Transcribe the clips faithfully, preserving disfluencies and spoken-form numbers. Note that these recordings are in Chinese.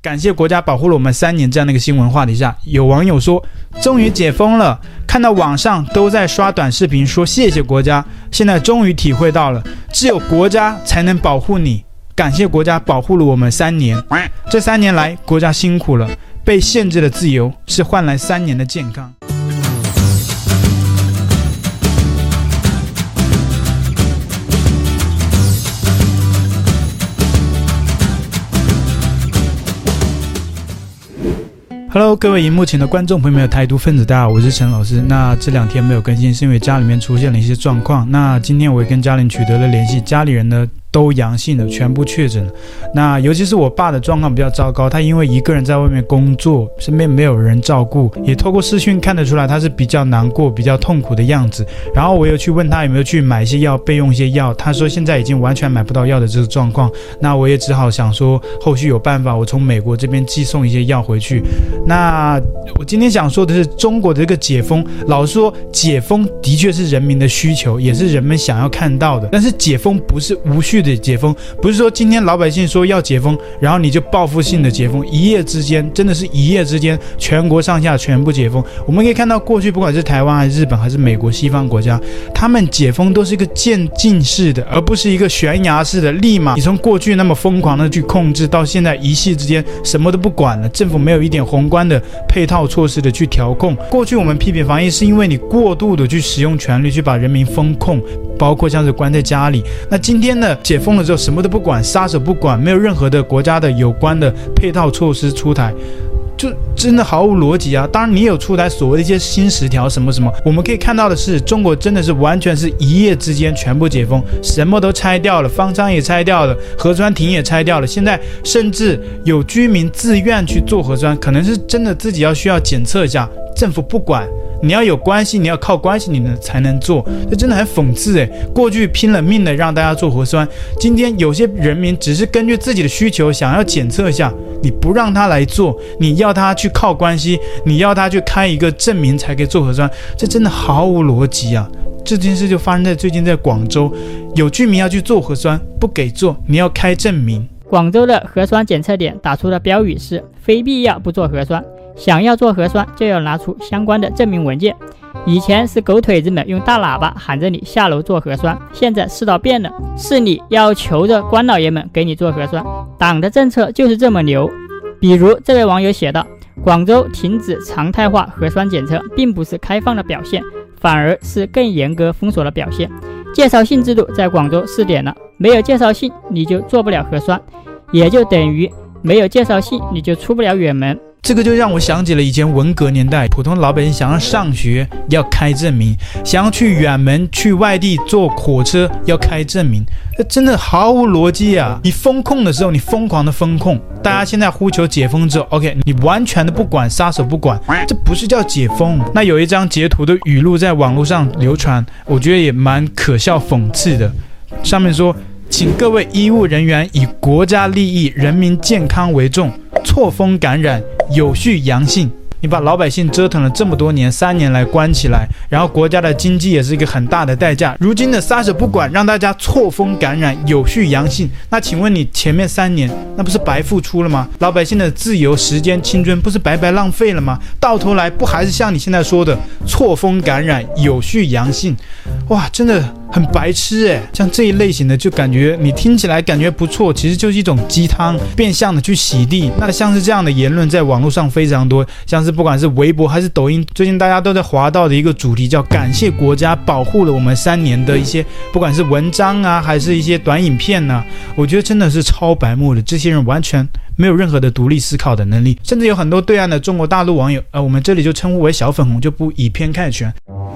感谢国家保护了我们三年这样的一个新闻话题下，有网友说终于解封了，看到网上都在刷短视频说谢谢国家，现在终于体会到了只有国家才能保护你，感谢国家保护了我们三年，这三年来国家辛苦了，被限制的自由是换来三年的健康。Hello， 各位荧幕前的观众朋友们、台独分子，大家好，我是陈老师。那这两天没有更新，是因为家里面出现了一些状况。那今天我也跟家人取得了联系，家里人呢都阳性了，全部确诊了。那尤其是我爸的状况比较糟糕，他因为一个人在外面工作，身边没有人照顾，也透过视讯看得出来他是比较难过、比较痛苦的样子。然后我有去问他有没有去买一些药，备用一些药，他说现在已经完全买不到药的这个状况。那我也只好想说，后续有办法，我从美国这边寄送一些药回去。那我今天想说的是，中国的这个解封，老实说，解封的确是人民的需求，也是人们想要看到的。但是解封不是无序的解封，不是说今天老百姓说要解封，然后你就报复性的解封，一夜之间，真的是一夜之间，全国上下全部解封。我们可以看到，过去不管是台湾还是日本还是美国西方国家，他们解封都是一个渐进式的，而不是一个悬崖式的，立马你从过去那么疯狂的去控制，到现在一夕之间什么都不管了，政府没有一点宏观的配套措施的去调控。过去我们批评防疫是因为你过度的去使用权力去把人民封控，包括像是关在家里。那今天呢，解封了之后什么都不管，撒手不管，没有任何的国家的有关的配套措施出台，就真的毫无逻辑啊！当然，你有出台所谓的一些新十条什么什么，我们可以看到的是，中国真的是完全是一夜之间全部解封，什么都拆掉了，方舱也拆掉了，核酸亭也拆掉了。现在甚至有居民自愿去做核酸，可能是真的自己要需要检测一下，政府不管。你要有关系，你要靠关系，你呢才能做，这真的很讽刺诶。过去拼了命的让大家做核酸，今天有些人民只是根据自己的需求想要检测一下，你不让他来做，你要他去靠关系，你要他去开一个证明才可以做核酸，这真的毫无逻辑啊！这件事就发生在最近在广州，有居民要去做核酸，不给做，你要开证明。 广州的核酸检测点打出的标语是非必要不做核酸，想要做核酸就要拿出相关的证明文件。以前是狗腿子们用大喇叭喊着你下楼做核酸，现在世道变了，是你要求着官老爷们给你做核酸。党的政策就是这么牛。比如这位网友写道，广州停止常态化核酸检测并不是开放的表现，反而是更严格封锁的表现。介绍信制度在广州试点了，没有介绍信你就做不了核酸，也就等于没有介绍信你就出不了远门。 这个就让我想起了以前文革年代，普通老百姓想要上学要开证明，想要去远门去外地坐火车要开证明，这真的毫无逻辑啊！你封控的时候你疯狂的封控，大家现在呼求解封之后 OK， 你完全的不管，撒手不管，这不是叫解封。那有一张截图的语录在网络上流传，我觉得也蛮可笑讽刺的，上面说，请各位医务人员以国家利益、人民健康为重，错峰感染，有序阳性。你把老百姓折腾了这么多年，三年来关起来，然后国家的经济也是一个很大的代价，如今的撒手不管，让大家错峰感染，有序阳性，那请问你前面三年那不是白付出了吗？老百姓的自由、时间、青春不是白白浪费了吗？到头来不还是像你现在说的错峰感染，有序阳性？哇，真的很白痴诶。像这一类型的就感觉你听起来感觉不错，其实就是一种鸡汤，变相的去洗地。那像是这样的言论在网络上非常多，像是不管是微博还是抖音，最近大家都在滑到的一个主题叫感谢国家保护了我们三年的一些不管是文章啊还是一些短影片啊，我觉得真的是超白目的，这些人完全没有任何的独立思考的能力，甚至有很多对岸的中国大陆网友，呃，我们这里就称呼为小粉红，就不以偏概全。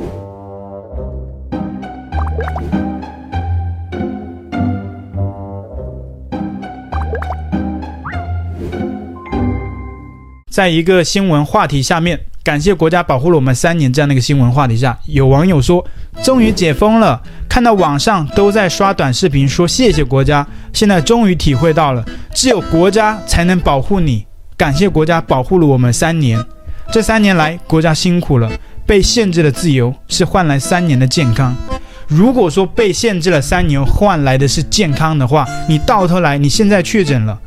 在一个新闻话题下面，感谢国家保护了我们三年这样的一个新闻话题下，有网友说终于解封了，看到网上都在刷短视频说谢谢国家，现在终于体会到了只有国家才能保护你，感谢国家保护了我们三年，这三年来国家辛苦了，被限制的自由是换来三年的健康。如果说被限制了三年换来的是健康的话，你到头来你现在确诊了，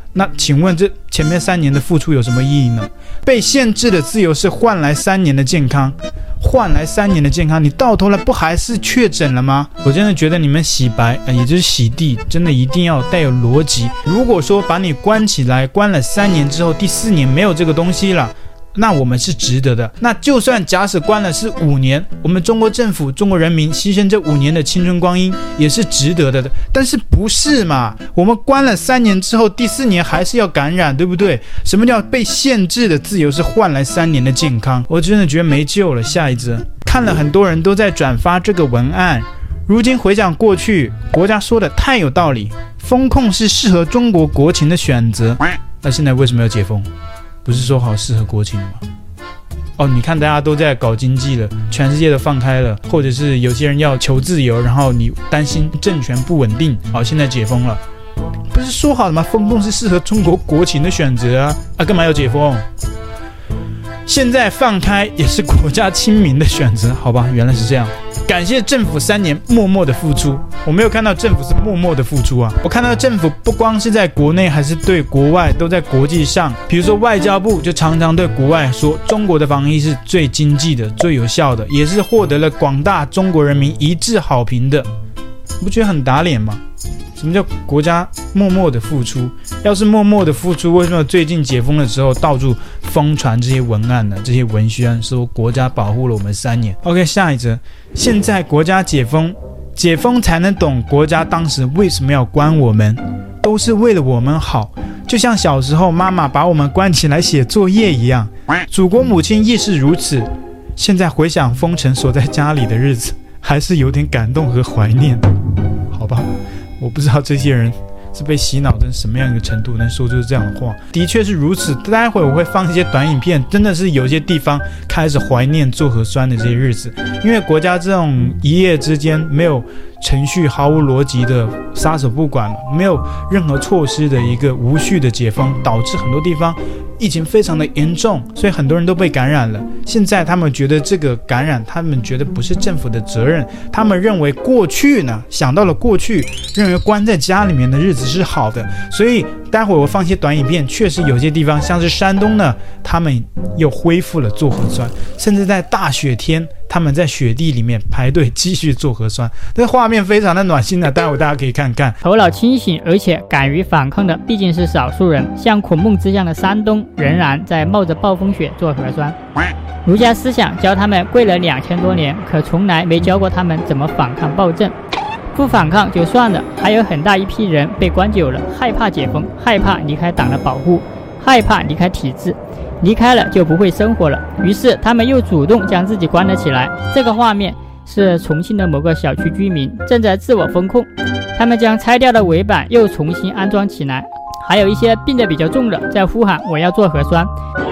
那请问这前面三年的付出有什么意义呢？被限制的自由是换来三年的健康，换来三年的健康，你到头来不还是确诊了吗？我真的觉得你们洗白，呃、也就是洗地，真的一定要带有逻辑。如果说把你关起来，关了三年之后，第四年没有这个东西了，那我们是值得的。那就算假使关了是五年，我们中国政府、中国人民牺牲这五年的青春光阴也是值得的。但是不是嘛？我们关了三年之后，第四年还是要感染，对不对？什么叫被限制的自由是换来三年的健康？我真的觉得没救了。下一则，看了很多人都在转发这个文案，如今回想过去，国家说的太有道理，风控是适合中国国情的选择。那现在为什么要解封？不是说好适合国情吗？哦，你看大家都在搞经济了，全世界都放开了，或者是有些人要求自由，然后你担心政权不稳定，好，现在解封了，不是说好了吗？风控是适合中国国情的选择啊，啊，干嘛要解封？现在放开也是国家亲民的选择，好吧？原来是这样。感谢政府三年默默的付出，我没有看到政府是默默的付出啊，我看到政府不光是在国内，还是对国外，都在国际上，比如说外交部就常常对国外说，中国的防疫是最经济的、最有效的，也是获得了广大中国人民一致好评的，你不觉得很打脸吗？什么叫国家默默的付出？要是默默的付出，为什么最近解封的时候到处疯传这些文案呢？这些文宣说国家保护了我们三年。OK， 下一则，现在国家解封，解封才能懂国家当时为什么要关我们，都是为了我们好。就像小时候妈妈把我们关起来写作业一样，祖国母亲亦是如此。现在回想封城锁在家里的日子，还是有点感动和怀念。好吧，我不知道这些人是被洗脑成什么样一个程度，能说出这样的话。的确是如此，待会我会放一些短影片，真的是有些地方开始怀念做核酸的这些日子，因为国家这种一夜之间没有程序、毫无逻辑的撒手不管了，没有任何措施的一个无序的解封，导致很多地方疫情非常的严重，所以很多人都被感染了。现在他们觉得这个感染，他们觉得不是政府的责任，他们认为过去呢，想到了过去，认为关在家里面的日子是好的，所以待会我放一些短影片，确实有些地方像是山东呢，他们又恢复了做核酸，甚至在大雪天，他们在雪地里面排队继续做核酸，这画面非常的暖心的，待会大家可以看看。 头脑清醒而且敢于反抗的毕竟是少数人，像孔孟之乡的山东仍然在冒着暴风雪做核酸。儒家思想教他们跪了两千多年，可从来没教过他们怎么反抗暴政。不反抗就算了，还有很大一批人被关久了，害怕解封，害怕离开党的保护，害怕离开体制，离开了就不会生活了，于是他们又主动将自己关了起来。这个画面是重庆的某个小区居民正在自我封控，他们将拆掉的围板又重新安装起来，还有一些病得比较重的在呼喊我要做核酸。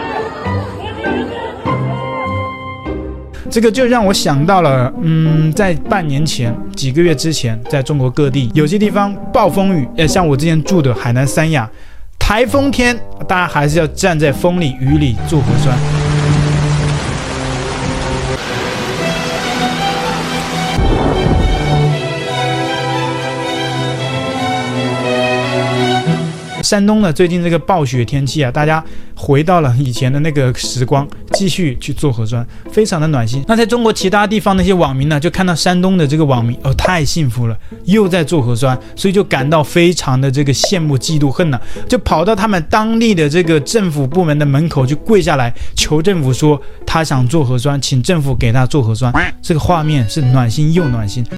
这个就让我想到了，嗯，在半年前、几个月之前，在中国各地有些地方暴风雨，呃，像我之前住的海南三亚，台风天，大家还是要站在风里雨里做核酸。山东呢，最近这个暴雪天气啊，大家回到了以前的那个时光，继续去做核酸，非常的暖心。那在中国其他地方那些网民呢，就看到山东的这个网民，哦，太幸福了，又在做核酸，所以就感到非常的这个羡慕、嫉妒、恨呢、啊，就跑到他们当地的这个政府部门的门口去跪下来，求政府说他想做核酸，请政府给他做核酸。这个画面是暖心又暖心。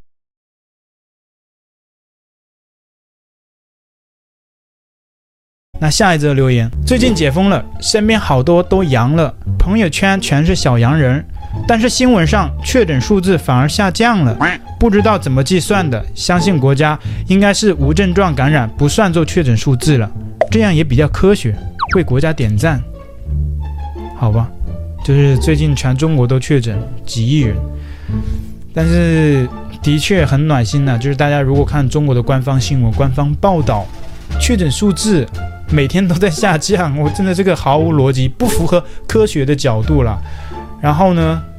那下一则留言，最近解封了，身边好多都阳了，朋友圈全是小阳人，但是新闻上确诊数字反而下降了，不知道怎么计算的，相信国家应该是无症状感染不算作确诊数字了，这样也比较科学，为国家点赞。好吧，就是最近全中国都确诊几亿人，但是的确很暖心啊，就是大家如果看中国的官方新闻、官方报道，确诊数字每天都在下降，我真的这个毫无逻辑，不符合科学的角度了。然后呢，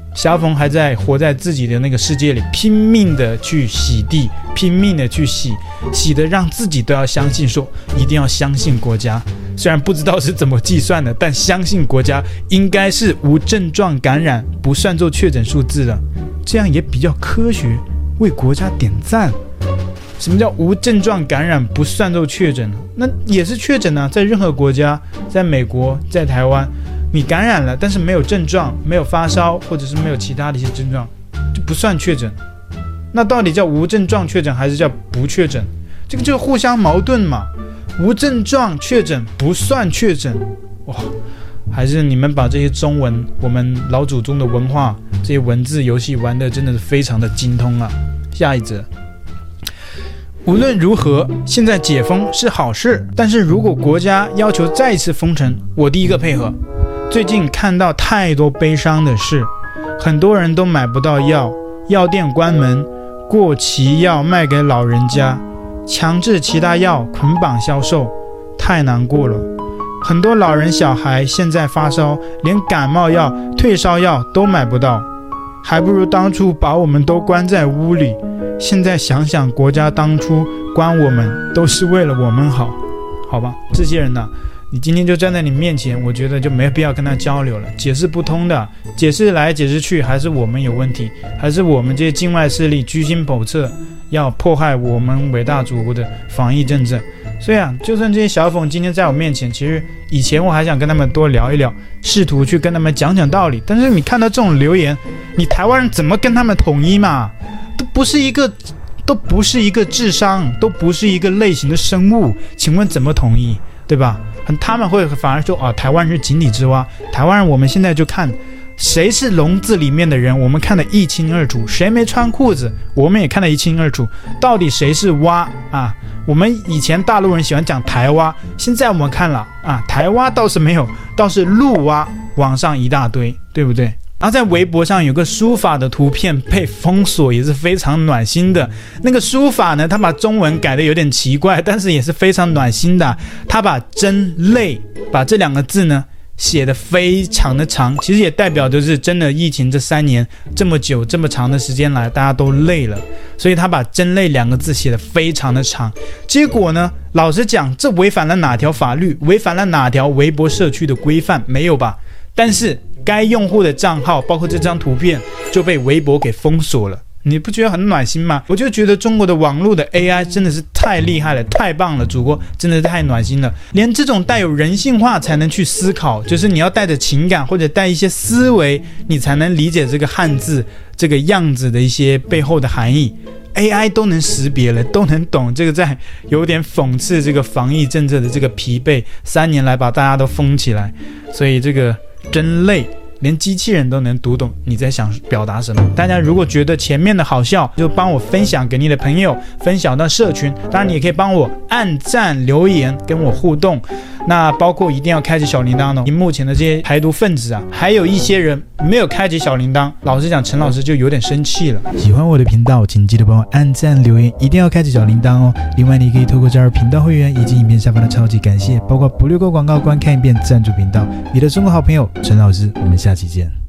小冯还在活在自己的那个世界里，拼命的去洗地，拼命的去洗，洗的让自己都要相信说，一定要相信国家。虽然不知道是怎么计算的，但相信国家应该是无症状感染，不算作确诊数字了，这样也比较科学，为国家点赞。什么叫无症状感染不算作确诊？那也是确诊啊，在任何国家，在美国，在台湾，你感染了，但是没有症状，没有发烧，或者是没有其他的一些症状，就不算确诊。那到底叫无症状确诊还是叫不确诊？这个就互相矛盾嘛。无症状确诊不算确诊，哇！还是你们把这些中文，我们老祖宗的文化，这些文字游戏玩的真的是非常的精通啊。下一则。无论如何，现在解封是好事，但是如果国家要求再次封城，我第一个配合。最近看到太多悲伤的事，很多人都买不到药，药店关门，过期药卖给老人家，强制其他药捆绑销售，太难过了。很多老人小孩现在发烧，连感冒药、退烧药都买不到，还不如当初把我们都关在屋里。现在想想，国家当初关我们都是为了我们好，好吧？这些人呢、啊，你今天就站在你面前，我觉得就没必要跟他交流了，解释不通的，解释来解释去，还是我们有问题，还是我们这些境外势力居心叵测，要迫害我们伟大祖国的防疫政策。所以啊，就算这些小粉今天在我面前，其实以前我还想跟他们多聊一聊，试图去跟他们讲讲道理，但是你看到这种留言，你台湾人怎么跟他们统一嘛？都不是一个，都不是一个智商，都不是一个类型的生物，请问怎么统一，对吧？他们会反而说啊，台湾人是井底之蛙，台湾人我们现在就看谁是笼子里面的人，我们看得一清二楚，谁没穿裤子，我们也看得一清二楚，到底谁是蛙啊？我们以前大陆人喜欢讲台蛙，现在我们看了啊，台蛙倒是没有，倒是陆蛙，网上一大堆，对不对？然后在微博上有个书法的图片被封锁，也是非常暖心的。那个书法呢，他把中文改得有点奇怪，但是也是非常暖心的。他把真累把这两个字呢写得非常的长，其实也代表就是真的疫情这三年这么久这么长的时间来，大家都累了，所以他把真累两个字写得非常的长。结果呢，老实讲，这违反了哪条法律？违反了哪条微博社区的规范？没有吧？但是该用户的账号包括这张图片就被微博给封锁了，你不觉得很暖心吗？我就觉得中国的网络的 A I 真的是太厉害了，太棒了，祖国真的是太暖心了。连这种带有人性化才能去思考，就是你要带着情感或者带一些思维，你才能理解这个汉字这个样子的一些背后的含义， A I 都能识别了，都能懂。这个在有点讽刺这个防疫政策的这个疲惫，三年来把大家都封起来，所以这个真累，连机器人都能读懂你在想表达什么。大家如果觉得前面的好笑，就帮我分享给你的朋友，分享到社群。当然你也可以帮我按赞留言跟我互动，那包括一定要开启小铃铛的。目前的这些台独分子啊，还有一些人没有开启小铃铛，老实讲陈老师就有点生气了。 喜欢我的频道请记得帮我按赞留言，一定要开启小铃铛哦。另外你可以透过加入频道会员以及影片下方的超级感谢，包括不略过广告观看一遍赞助频道。你的中国好朋友陈老师，我们下期见。